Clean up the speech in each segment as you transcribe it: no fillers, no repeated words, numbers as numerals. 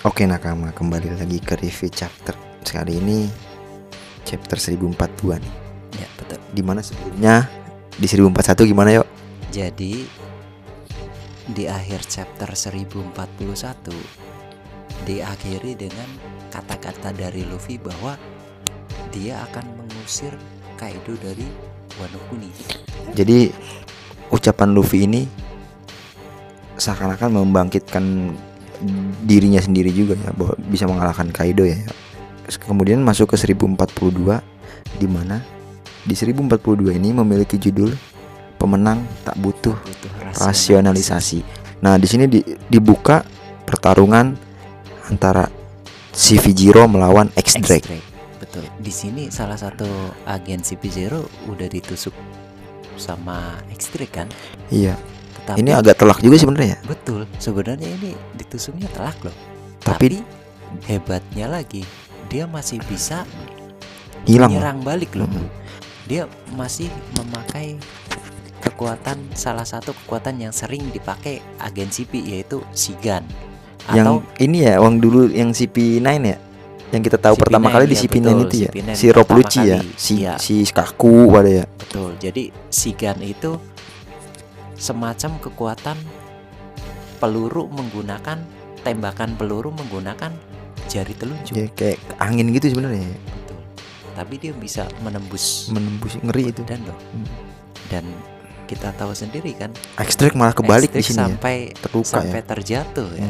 Oke Nakama, kembali lagi ke review chapter. Sekali ini chapter 1042 nih. Ya betul. Dimana sebelumnya di 1041 gimana yuk? Jadi di akhir chapter 1041 diakhiri dengan kata-kata dari Luffy bahwa dia akan mengusir Kaido dari Wano Kuni. Jadi ucapan Luffy ini seakan-akan membangkitkan dirinya sendiri juga ya, bahwa bisa mengalahkan Kaido ya. Kemudian masuk ke 1042, di mana di 1042 ini memiliki judul pemenang tak butuh rasionalisasi. Nah, di sini dibuka pertarungan antara CP0 melawan X-Drake. Betul. Di sini salah satu agen CP0 udah ditusuk sama X-Drake kan? Iya. Tetapi, ini agak telak juga sebenarnya. Betul. Sebenarnya ini ditusuknya telak loh. Tapi hebatnya lagi, dia masih bisa menyerang balik loh. Dia masih memakai kekuatan, salah satu kekuatan yang sering dipakai agen CP, yaitu Shigan. Yang ini ya, uang dulu yang CP9 ya, yang kita tahu CP9, pertama kali di CP9 betul, itu ya, CP9 si Rob Lucci ya, si Kaku pada ya. Betul. Jadi Shigan itu semacam kekuatan peluru menggunakan tembakan peluru menggunakan jari telunjuk. Ya, kayak angin gitu sebenarnya. Betul. Tapi dia bisa menembus ngeri itu. Dan kita tahu sendiri kan, X-Drake malah kebalik di sini sampai ya. Terluka sampai ya. terjatuh ya.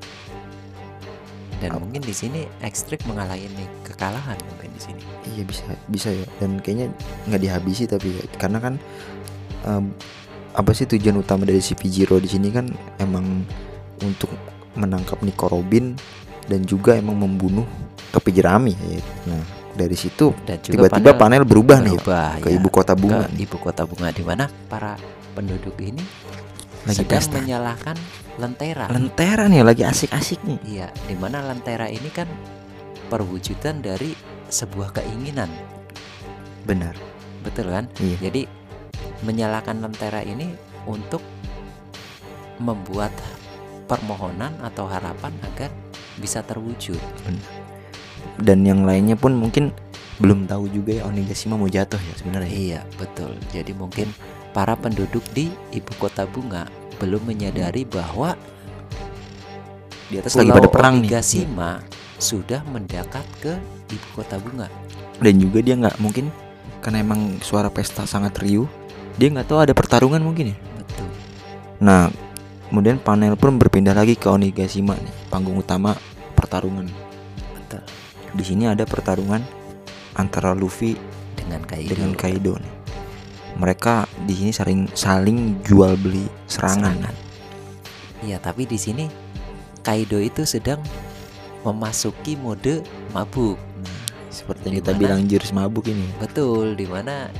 Dan mungkin di sini X-Drake mengalami kekalahan mungkin di sini. Iya bisa ya. Dan kayaknya nggak dihabisi tapi ya, karena kan apa sih tujuan utama dari CP0 di sini kan emang untuk menangkap Nico Robin dan juga emang membunuh Topi Jerami ya. Nah, dari situ tiba-tiba panel berubah nih ke Ibu Kota Bunga. Ibu Kota Bunga, di mana para penduduk ini lagi sedang menyalahkan Lentera. Lentera nih lagi asik-asiknya. Iya, di mana Lentera ini kan perwujudan dari sebuah keinginan. Benar. Betul kan? Iya. Jadi menyalahkan Lentera ini untuk membuat permohonan atau harapan agar bisa terwujud. Benar. Dan yang lainnya pun mungkin belum tahu juga ya Onigashima mau jatuh ya sebenarnya. Iya, betul. Jadi mungkin para penduduk di Ibu Kota Bunga belum menyadari bahwa di atas lagi pada perang Onigashima sudah mendekat ke Ibu Kota Bunga. Dan juga dia nggak mungkin, karena emang suara pesta sangat riuh, dia nggak tahu ada pertarungan mungkin ya. Betul. Nah, kemudian panel pun berpindah lagi ke Onigashima nih, panggung utama pertarungan. Betul. Di sini ada pertarungan antara Luffy dengan Kaido nih. Mereka di sini saling jual beli serangan. Iya, tapi di sini Kaido itu sedang memasuki mode mabuk. Nah, seperti yang kita bilang jurus mabuk ini. Betul, dimana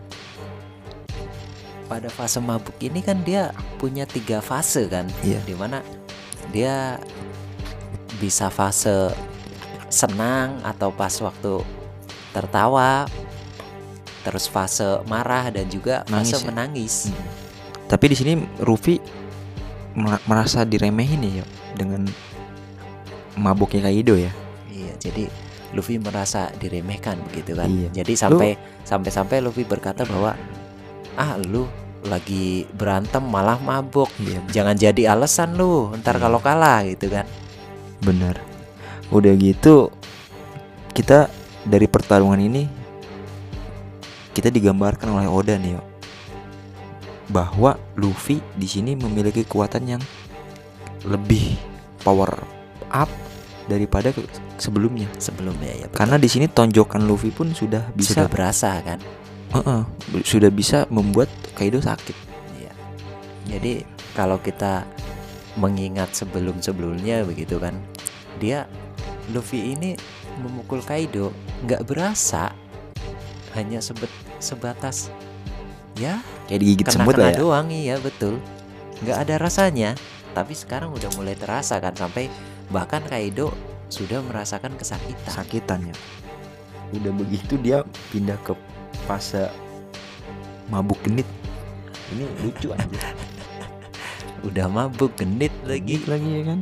pada fase mabuk ini kan dia punya 3 fase kan. Iya. Dimana dia bisa fase senang atau pas waktu tertawa, terus fase marah dan juga fase menangis. Tapi di sini Luffy merasa diremehin ya dengan mabuknya Kaido ya. Iya, jadi Luffy merasa diremehkan begitu kan. Iya. Jadi sampai Luffy berkata bahwa lu lagi berantem malah mabuk. Iya. Jangan jadi alasan lu ntar kalau kalah gitu kan. Benar. Udah gitu kita dari pertarungan ini kita digambarkan oleh Oda nih bahwa Luffy di sini memiliki kekuatan yang lebih power up daripada sebelumnya ya. Betul. Karena di sini tonjokan Luffy pun sudah berasa kan. Sudah bisa membuat Kaido sakit. Iya. Jadi kalau kita mengingat sebelumnya begitu kan, Luffy ini memukul Kaido nggak berasa, hanya sebatas ya kayak digigit semut lah ya doang. Iya betul, nggak ada rasanya. Tapi sekarang udah mulai terasa kan, sampai bahkan Kaido sudah merasakan kesakitannya. Udah begitu dia pindah ke fase mabuk genit. Ini lucu aja. Udah mabuk genit lagi ya kan.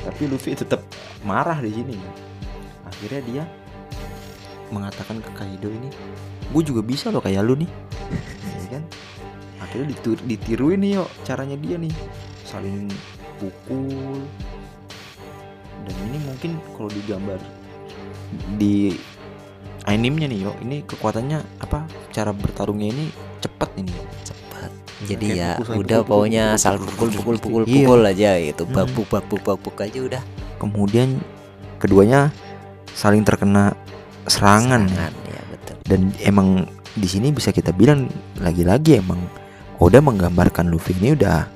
Tapi Luffy tetap marah di sini. Akhirnya dia mengatakan ke Kaido ini, gue juga bisa loh kayak lu nih. Ya kan? Akhirnya ditiruin nih yo caranya dia nih, saling pukul. Dan ini mungkin kalau digambar di animenya nih yo, ini kekuatannya apa, cara bertarungnya ini cepat ini yo. Cepat. Jadi Kayak ya pukul, udah pukul, pokoknya pukul, asal pukul, pukul iya. aja itu. Bakbuk aja udah. Kemudian keduanya saling terkena serangan. Ya betul. Dan emang di sini bisa kita bilang lagi-lagi emang Oda menggambarkan Luffy ini udah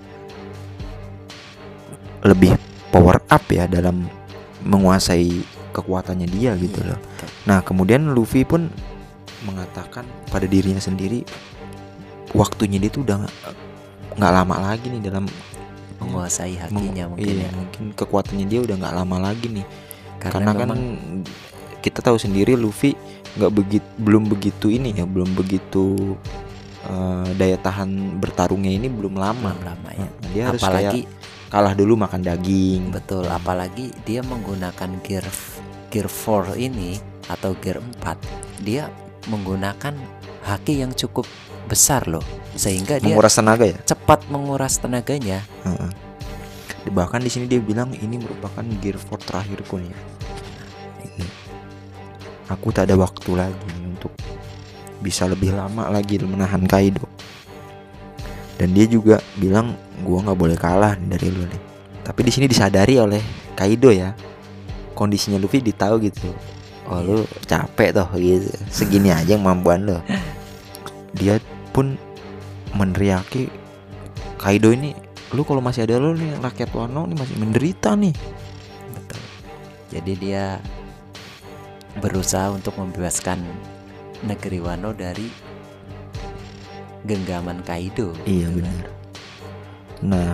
lebih power up ya dalam menguasai kekuatannya dia gitu loh. Betul. Nah kemudian Luffy pun mengatakan pada dirinya sendiri, waktunya dia tuh udah nggak lama lagi nih dalam menguasai hakinya mungkin iya, ya. mungkin kekuatannya dia udah nggak lama lagi nih. Karena kan memang kita tahu sendiri Luffy belum begitu ini ya, belum begitu daya tahan bertarungnya ini belum lama ya. Dia harus apalagi kayak kalah dulu makan daging. Betul, apalagi dia menggunakan gear 4 ini atau gear 4. Dia menggunakan haki yang cukup besar loh, sehingga dia Menguras tenaga ya. cepat menguras tenaganya. Bahkan di sini dia bilang ini merupakan gear 4 terakhirku nih. Aku tak ada waktu lagi nih untuk bisa lebih lama lagi menahan Kaido. Dan dia juga bilang gua nggak boleh kalah dari lu nih. Tapi di sini disadari oleh Kaido ya, kondisinya Luffy ditahu gitu. Oh lu capek toh gitu, segini aja kemampuan lo. Dia pun meneriaki Kaido ini, lu kalau masih ada lu nih rakyat Wano nih masih menderita nih. Betul. Jadi dia berusaha untuk membebaskan negeri Wano dari genggaman Kaido. Iya benar. Nah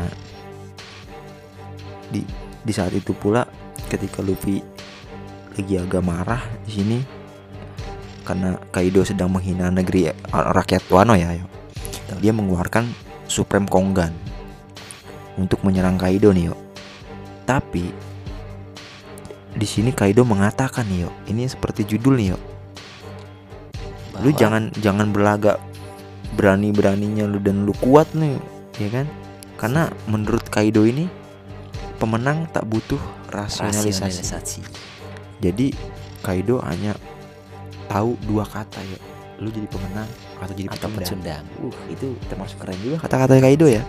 di saat itu pula ketika Luffy lagi agak marah di sini karena Kaido sedang menghina negeri rakyat Wano ya, dia mengeluarkan Supreme Kongan untuk menyerang Kaido nih yo. Tapi di sini Kaido mengatakan nih yo, ini seperti judul nih yo, lu jangan berlagak berani-beraninya lu dan lu kuat nih, ya kan? Karena menurut Kaido ini pemenang tak butuh rasionalisasi. Jadi Kaido hanya tahu dua kata ya, lu jadi pemenang atau jadi pecundang. Itu termasuk keren juga kata-kata Kaido ya.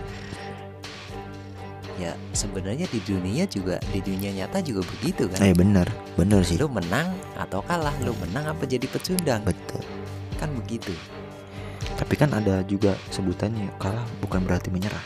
Ya sebenarnya di dunia nyata juga begitu kan. Benar sih. Lu menang atau kalah, lu menang apa jadi pecundang. Betul. Kan begitu. Tapi kan ada juga sebutannya, kalah bukan berarti menyerah.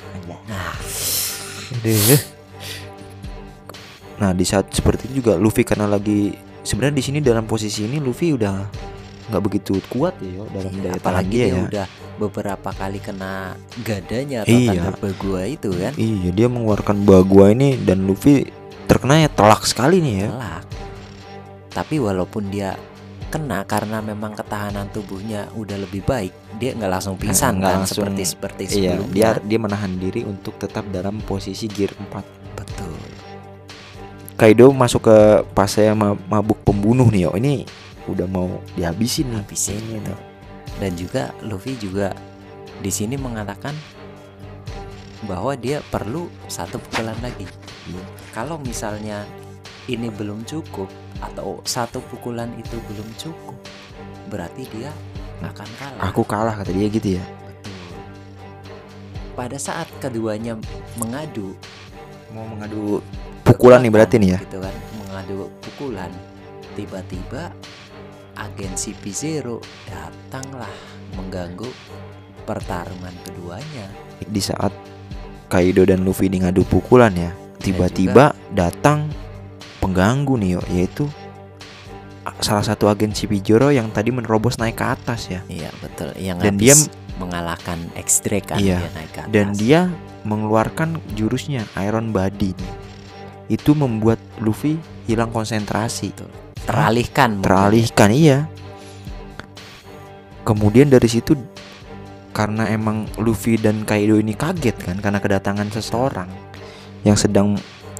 Nah di saat seperti itu juga Luffy karena lagi sebenarnya di sini dalam posisi ini Luffy udah nggak begitu kuat ya dalam daya tahan dia ya. Udah beberapa kali kena gadanya atau tanda bagua itu kan. Iya, dia mengeluarkan bagua ini dan Luffy terkena ya telak sekali nih ya. Telak. Tapi walaupun dia kena karena memang ketahanan tubuhnya udah lebih baik, dia nggak langsung pingsan kan seperti sebelumnya. Dia menahan diri untuk tetap dalam posisi gear 4. Betul. Kaido masuk ke fase mabuk pembunuh nih yo. Ini udah mau dihabisin nih. Gitu. Dan juga Luffy juga di sini mengatakan bahwa dia perlu satu pukulan lagi. Kalau misalnya ini belum cukup atau satu pukulan itu belum cukup, berarti dia akan kalah. Aku kalah kata dia gitu ya. Betul. Pada saat keduanya mengadu pukulan nih berarti nih ya. Gitu kan, mengadu pukulan, tiba-tiba agen CP0 datanglah mengganggu pertarungan keduanya. Di saat Kaido dan Luffy ini ngadu pukulan ya, tiba-tiba datang pengganggu nih yo, yaitu salah satu agen CP0 yang tadi menerobos naik ke atas ya. Iya betul. Yang dan dia mengalahkan X-Drake kan, iya, dia naik ke atas. Dan dia mengeluarkan jurusnya Iron Body nih. Itu membuat Luffy hilang konsentrasi. Betul. Teralihkan iya. Kemudian dari situ karena emang Luffy dan Kaido ini kaget kan karena kedatangan seseorang yang sedang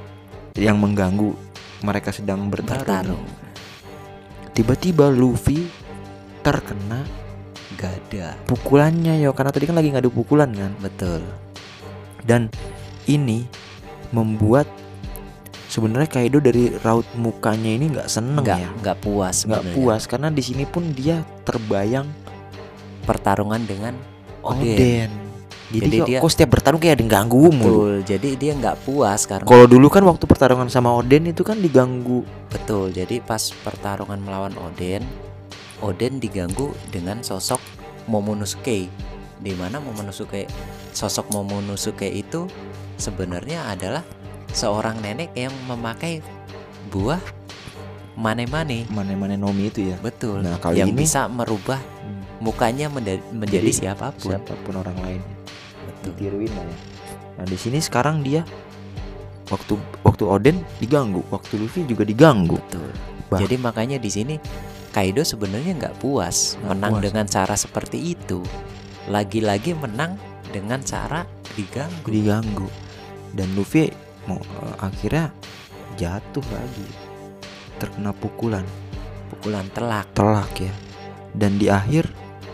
yang mengganggu mereka sedang bertarung. bertarung. Tiba-tiba Luffy terkena Gada. pukulannya yo, karena tadi kan lagi ngadu pukulan kan. Betul. Dan ini membuat sebenarnya Kaido dari raut mukanya ini nggak seneng ya, Nggak puas nggak sebenarnya. puas karena di sini pun dia terbayang Pertarungan dengan Oden. Oden. Jadi Jadi kok setiap bertarung kayak ada yang ganggu mulu. Betul. Jadi dia nggak puas karena Kalau dulu kan waktu pertarungan sama Oden itu kan diganggu. betul. Jadi pas pertarungan melawan Oden, Oden diganggu dengan sosok Momonosuke. Di mana sosok Momonosuke itu sebenarnya adalah seorang nenek yang memakai buah mane-mane. Mane-mane Nomi itu ya. Betul. Nah, kali yang ini bisa merubah mukanya menjadi siapapun. siapapun orang lain. Betul. Ditiruin lah ya. Nah di sini sekarang dia waktu Oden diganggu, waktu Luffy juga diganggu. Betul. Bah. Jadi makanya di sini Kaido sebenarnya nggak puas Nggak menang puas. dengan cara seperti itu. Lagi-lagi menang dengan cara diganggu. Dan Luffy akhirnya jatuh lagi, terkena pukulan Pukulan telak. ya. Dan di akhir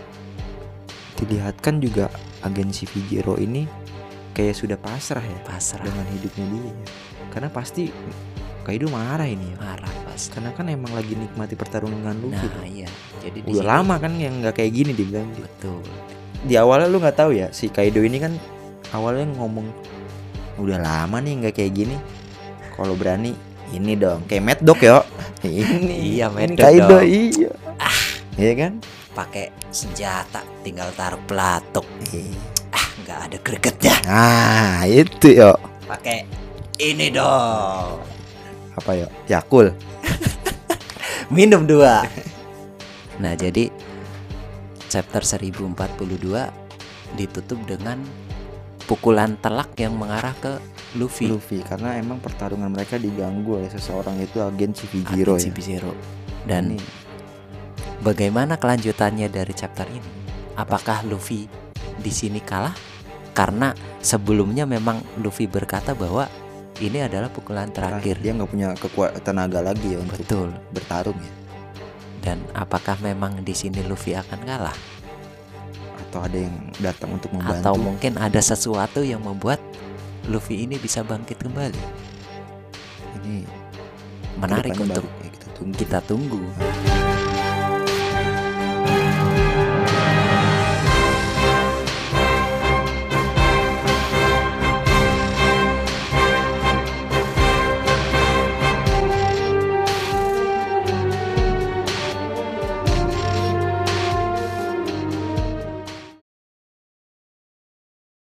dilihatkan juga agen Shivijiro ini kayak sudah pasrah ya Pasrah. dengan hidupnya dia ya. Karena pasti Kaido marah ini ya. Marah pas. Karena kan emang lagi nikmati pertarungan dengan Luffy. Nah iya. Jadi di Udah sini- lama kan yang nggak kayak gini dibilang. Betul. Di awalnya lu nggak tahu ya, si Kaido ini kan awalnya ngomong udah lama nih nggak kayak gini. Kalau berani ini dong kayak Mad Dog ya. Ini Iya, ini Mad Dog Kaido dong. iya. Iya kan? Pakai senjata tinggal taruh pelatuk. Nggak ada gregetnya. Nah itu yo. Pakai ini dong. Apa yo? Yakul. Minum 2. Nah, jadi chapter 1042 ditutup dengan pukulan telak yang mengarah ke Luffy. Karena emang pertarungan mereka diganggu oleh seseorang, itu agen Shivijiro ya. Shivijiro. Dan Ini bagaimana kelanjutannya dari chapter ini? Apakah Luffy di sini kalah? Karena sebelumnya memang Luffy berkata bahwa ini adalah pukulan terakhir. dia nggak punya kekuatan tenaga lagi ya untuk Betul. bertarung ya. Dan apakah memang di sini Luffy akan kalah? Atau ada yang datang untuk membantu? Atau mungkin ada sesuatu yang membuat Luffy ini bisa bangkit kembali? Ini Menarik kedepannya untuk baru, ya kita tunggu. kita tunggu.